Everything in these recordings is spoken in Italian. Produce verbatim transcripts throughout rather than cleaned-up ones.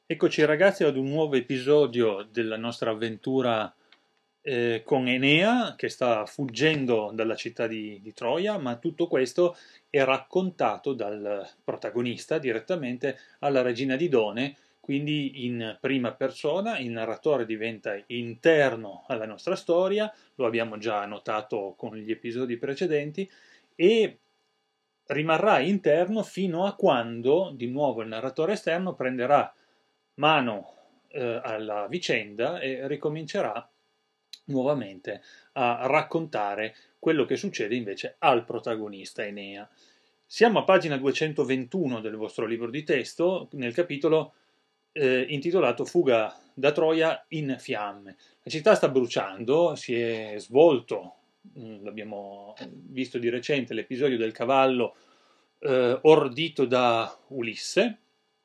Eccoci ragazzi ad un nuovo episodio della nostra avventura eh, con Enea che sta fuggendo dalla città di, di Troia, ma tutto questo è raccontato dal protagonista direttamente alla regina Didone, quindi in prima persona. Il narratore diventa interno alla nostra storia, lo abbiamo già notato con gli episodi precedenti, e rimarrà interno fino a quando di nuovo il narratore esterno prenderà mano eh, alla vicenda e ricomincerà nuovamente a raccontare quello che succede invece al protagonista Enea. Siamo a pagina duecentoventuno del vostro libro di testo, nel capitolo eh, intitolato Fuga da Troia in fiamme. La città sta bruciando, si è svolto, mh, l'abbiamo visto di recente, l'episodio del cavallo eh, ordito da Ulisse.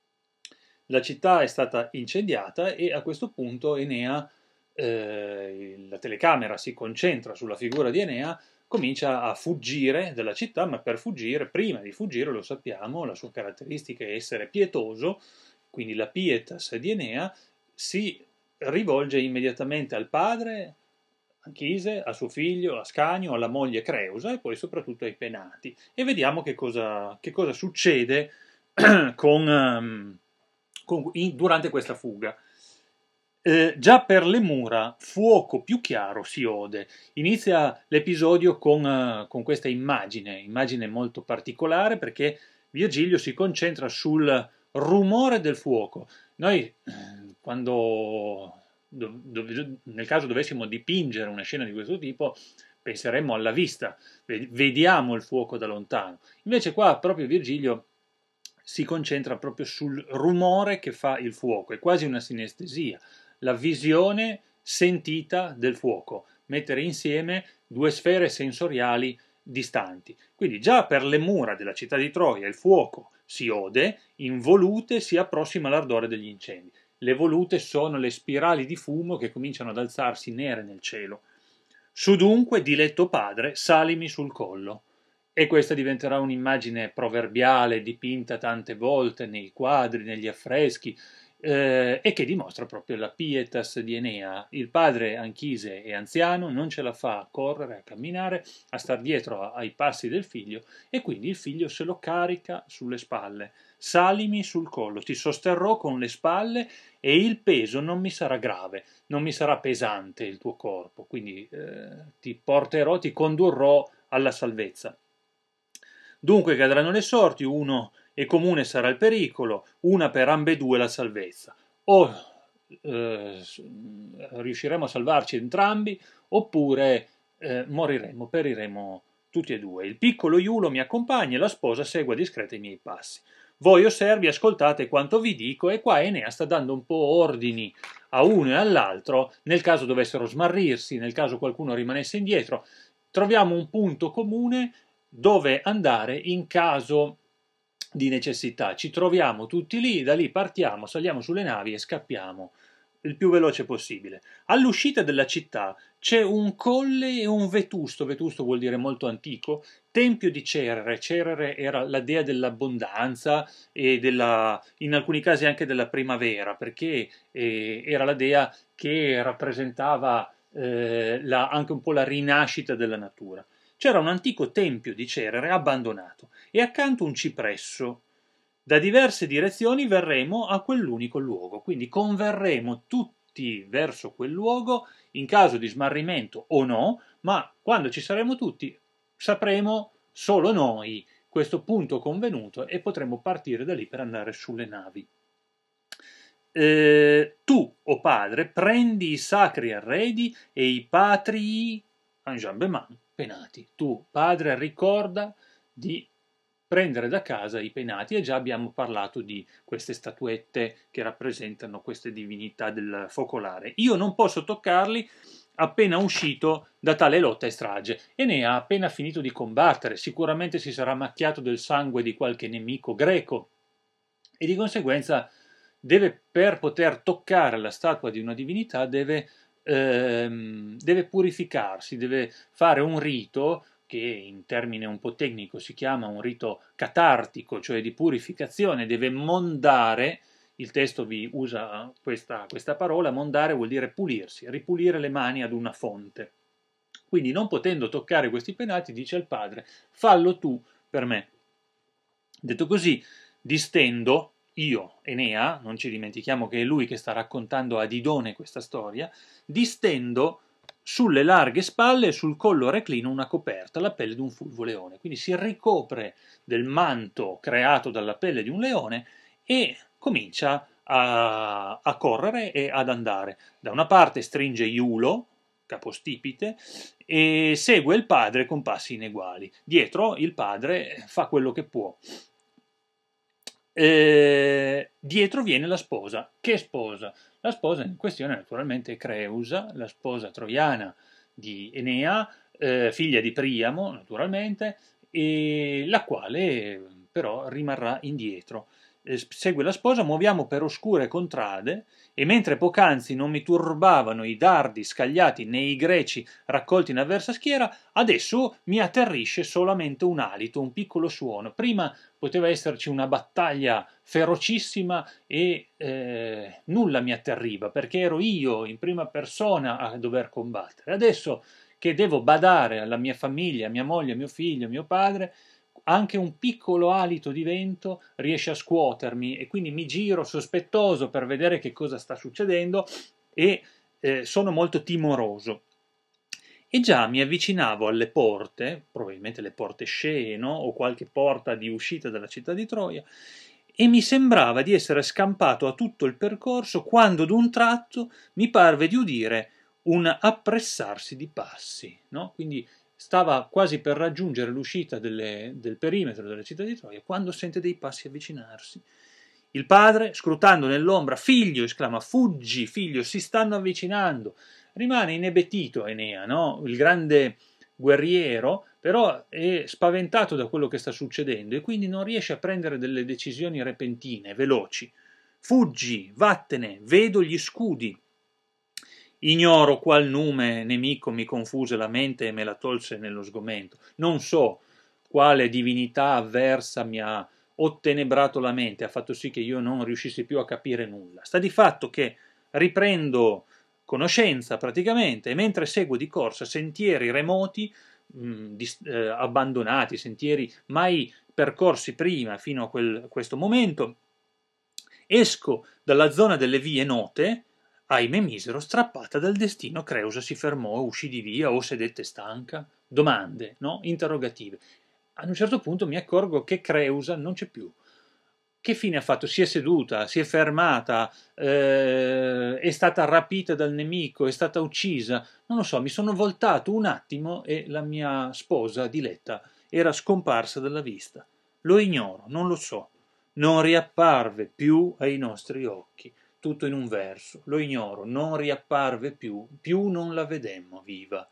La città è stata incendiata e a questo punto Enea, eh, la telecamera si concentra sulla figura di Enea, comincia a fuggire dalla città, ma per fuggire, prima di fuggire, lo sappiamo, la sua caratteristica è essere pietoso, quindi la pietas di Enea si rivolge immediatamente al padre Anchise, a suo figlio, a Ascanio, alla moglie Creusa e poi soprattutto ai penati. E vediamo che cosa, che cosa succede con, um, con, in, durante questa fuga. Eh, già per le mura fuoco più chiaro si ode. Inizia l'episodio con, uh, con questa immagine, immagine molto particolare perché Virgilio si concentra sul rumore del fuoco. Noi eh, quando do, do, nel caso dovessimo dipingere una scena di questo tipo penseremmo alla vista, vediamo il fuoco da lontano. Invece qua proprio Virgilio si concentra proprio sul rumore che fa il fuoco, è quasi una sinestesia, la visione sentita del fuoco, mettere insieme due sfere sensoriali distanti. Quindi già per le mura della città di Troia il fuoco si ode, in volute si approssima l'ardore degli incendi. Le volute sono le spirali di fumo che cominciano ad alzarsi nere nel cielo. Su dunque, diletto padre, salimi sul collo. E questa diventerà un'immagine proverbiale dipinta tante volte nei quadri, negli affreschi, eh, e che dimostra proprio la pietas di Enea. Il padre Anchise è anziano, non ce la fa a correre, a camminare, a star dietro ai passi del figlio, e quindi il figlio se lo carica sulle spalle. Salimi sul collo, ti sosterrò con le spalle e il peso non mi sarà grave, non mi sarà pesante il tuo corpo, quindi eh, ti porterò, ti condurrò alla salvezza. Dunque cadranno le sorti, uno e comune sarà il pericolo, una per ambedue la salvezza. O eh, riusciremo a salvarci entrambi, oppure eh, moriremo, periremo tutti e due. Il piccolo Iulo mi accompagna e la sposa segua discreta i miei passi. Voi, o servi, ascoltate quanto vi dico, e qua Enea sta dando un po' ordini a uno e all'altro, nel caso dovessero smarrirsi, nel caso qualcuno rimanesse indietro, troviamo un punto comune dove andare in caso di necessità. Ci troviamo tutti lì, da lì partiamo, saliamo sulle navi e scappiamo il più veloce possibile. All'uscita della città c'è un colle e un vetusto, vetusto vuol dire molto antico, tempio di Cerere. Cerere era la dea dell'abbondanza e della, in alcuni casi anche della primavera, perché eh, era la dea che rappresentava eh, la, anche un po' la rinascita della natura. C'era un antico tempio di Cerere abbandonato e accanto un cipresso. Da diverse direzioni verremo a quell'unico luogo, quindi converremo tutti verso quel luogo in caso di smarrimento o no, ma quando ci saremo tutti sapremo solo noi questo punto convenuto e potremo partire da lì per andare sulle navi. Eh, tu, o padre, prendi i sacri arredi e i patrii enjambement penati. Tu, padre, ricorda di prendere da casa i penati, e già abbiamo parlato di queste statuette che rappresentano queste divinità del focolare. Io non posso toccarli appena uscito da tale lotta e strage, e ne ha appena finito di combattere, sicuramente si sarà macchiato del sangue di qualche nemico greco, e di conseguenza deve, per poter toccare la statua di una divinità, deve, ehm, deve purificarsi, deve fare un rito che in termine un po' tecnico si chiama un rito catartico, cioè di purificazione, deve mondare il testo vi usa questa, questa parola, mondare vuol dire pulirsi, ripulire le mani ad una fonte. Quindi non potendo toccare questi penati dice al padre, fallo tu per me. Detto così, distendo, io, Enea, non ci dimentichiamo che è lui che sta raccontando a Didone questa storia, distendo sulle larghe spalle e sul collo reclino una coperta, la pelle di un fulvo leone. Quindi si ricopre del manto creato dalla pelle di un leone e comincia a, a correre e ad andare. Da una parte stringe Iulo, capostipite, e segue il padre con passi ineguali. Dietro il padre fa quello che può. Eh, dietro viene la sposa. Che sposa? La sposa in questione naturalmente è Creusa, la sposa troiana di Enea, eh, figlia di Priamo naturalmente, e la quale però rimarrà indietro. Eh, segue la sposa, muoviamo per oscure contrade, e mentre poc'anzi non mi turbavano i dardi scagliati nei greci raccolti in avversa schiera, adesso mi atterrisce solamente un alito, un piccolo suono. Prima poteva esserci una battaglia ferocissima e eh, nulla mi atterriva, perché ero io in prima persona a dover combattere. Adesso che devo badare alla mia famiglia, mia moglie, mio figlio, mio padre, anche un piccolo alito di vento riesce a scuotermi e quindi mi giro sospettoso per vedere che cosa sta succedendo e eh, sono molto timoroso. E già mi avvicinavo alle porte, probabilmente le porte scee, no? O qualche porta di uscita dalla città di Troia, e mi sembrava di essere scampato a tutto il percorso quando d'un tratto mi parve di udire un appressarsi di passi, no? Quindi stava quasi per raggiungere l'uscita delle, del perimetro della città di Troia quando sente dei passi avvicinarsi. Il padre, scrutando nell'ombra, figlio, esclama, fuggi, figlio, si stanno avvicinando. Rimane inebetito Enea, no? Il grande guerriero, però è spaventato da quello che sta succedendo e quindi non riesce a prendere delle decisioni repentine, veloci. Fuggi, vattene, vedo gli scudi. Ignoro qual nume nemico mi confuse la mente e me la tolse nello sgomento. Non so quale divinità avversa mi ha ottenebrato la mente, ha fatto sì che io non riuscissi più a capire nulla. Sta di fatto che riprendo conoscenza praticamente e mentre seguo di corsa sentieri remoti, mh, dis, eh, abbandonati, sentieri mai percorsi prima fino a, quel, a questo momento, esco dalla zona delle vie note. Ahimè misero, strappata dal destino, Creusa si fermò, uscì di via o sedette stanca? Domande, no? Interrogative. Ad un certo punto mi accorgo che Creusa non c'è più. Che fine ha fatto? Si è seduta, si è fermata, eh, è stata rapita dal nemico, è stata uccisa. Non lo so, mi sono voltato un attimo e la mia sposa, Diletta, era scomparsa dalla vista. Lo ignoro, non lo so. Non riapparve più ai nostri occhi. Tutto in un verso, lo ignoro, non riapparve più, più non la vedemmo viva.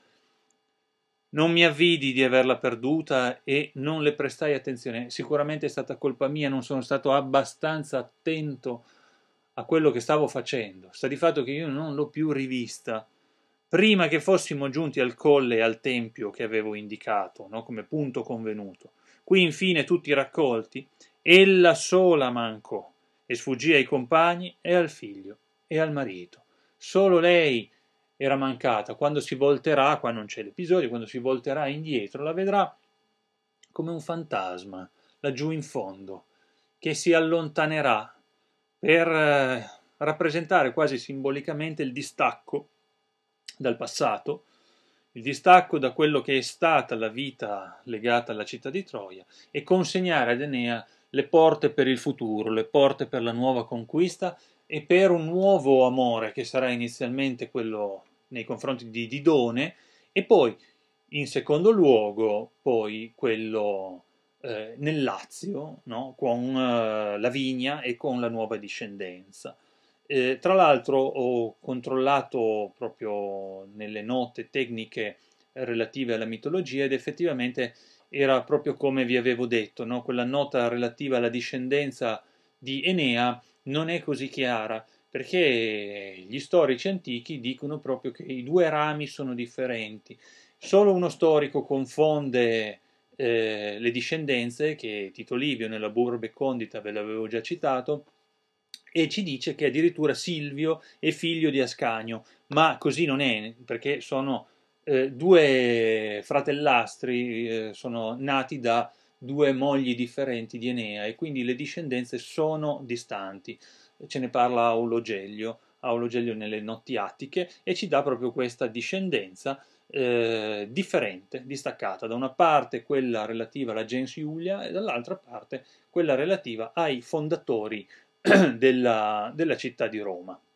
Non mi avvidi di averla perduta e non le prestai attenzione. Sicuramente è stata colpa mia, non sono stato abbastanza attento a quello che stavo facendo. Sta di fatto che io non l'ho più rivista. Prima che fossimo giunti al colle e al tempio che avevo indicato, no, come punto convenuto. Qui infine tutti raccolti, ella sola mancò e sfuggì ai compagni e al figlio e al marito. Solo lei era mancata. Quando si volterà, qua non c'è l'episodio, quando si volterà indietro la vedrà come un fantasma laggiù in fondo che si allontanerà per eh, rappresentare quasi simbolicamente il distacco dal passato, il distacco da quello che è stata la vita legata alla città di Troia e consegnare ad Enea le porte per il futuro, le porte per la nuova conquista e per un nuovo amore che sarà inizialmente quello nei confronti di Didone e poi in secondo luogo poi quello eh, nel Lazio, no? Con eh, Lavinia e con la nuova discendenza. Eh, tra l'altro ho controllato proprio nelle note tecniche relative alla mitologia ed effettivamente era proprio come vi avevo detto, no? Quella nota relativa alla discendenza di Enea non è così chiara, perché gli storici antichi dicono proprio che i due rami sono differenti. Solo uno storico confonde eh, le discendenze, che Tito Livio nella Burbe Condita ve l'avevo già citato, e ci dice che addirittura Silvio è figlio di Ascanio, ma così non è, perché sono eh, due fratellastri, eh, sono nati da due mogli differenti di Enea e quindi le discendenze sono distanti. Ce ne parla Aulogelio, Aulogelio nelle Notti Attiche, e ci dà proprio questa discendenza eh, differente, distaccata, da una parte quella relativa alla gens Iulia e dall'altra parte quella relativa ai fondatori della, della città di Roma.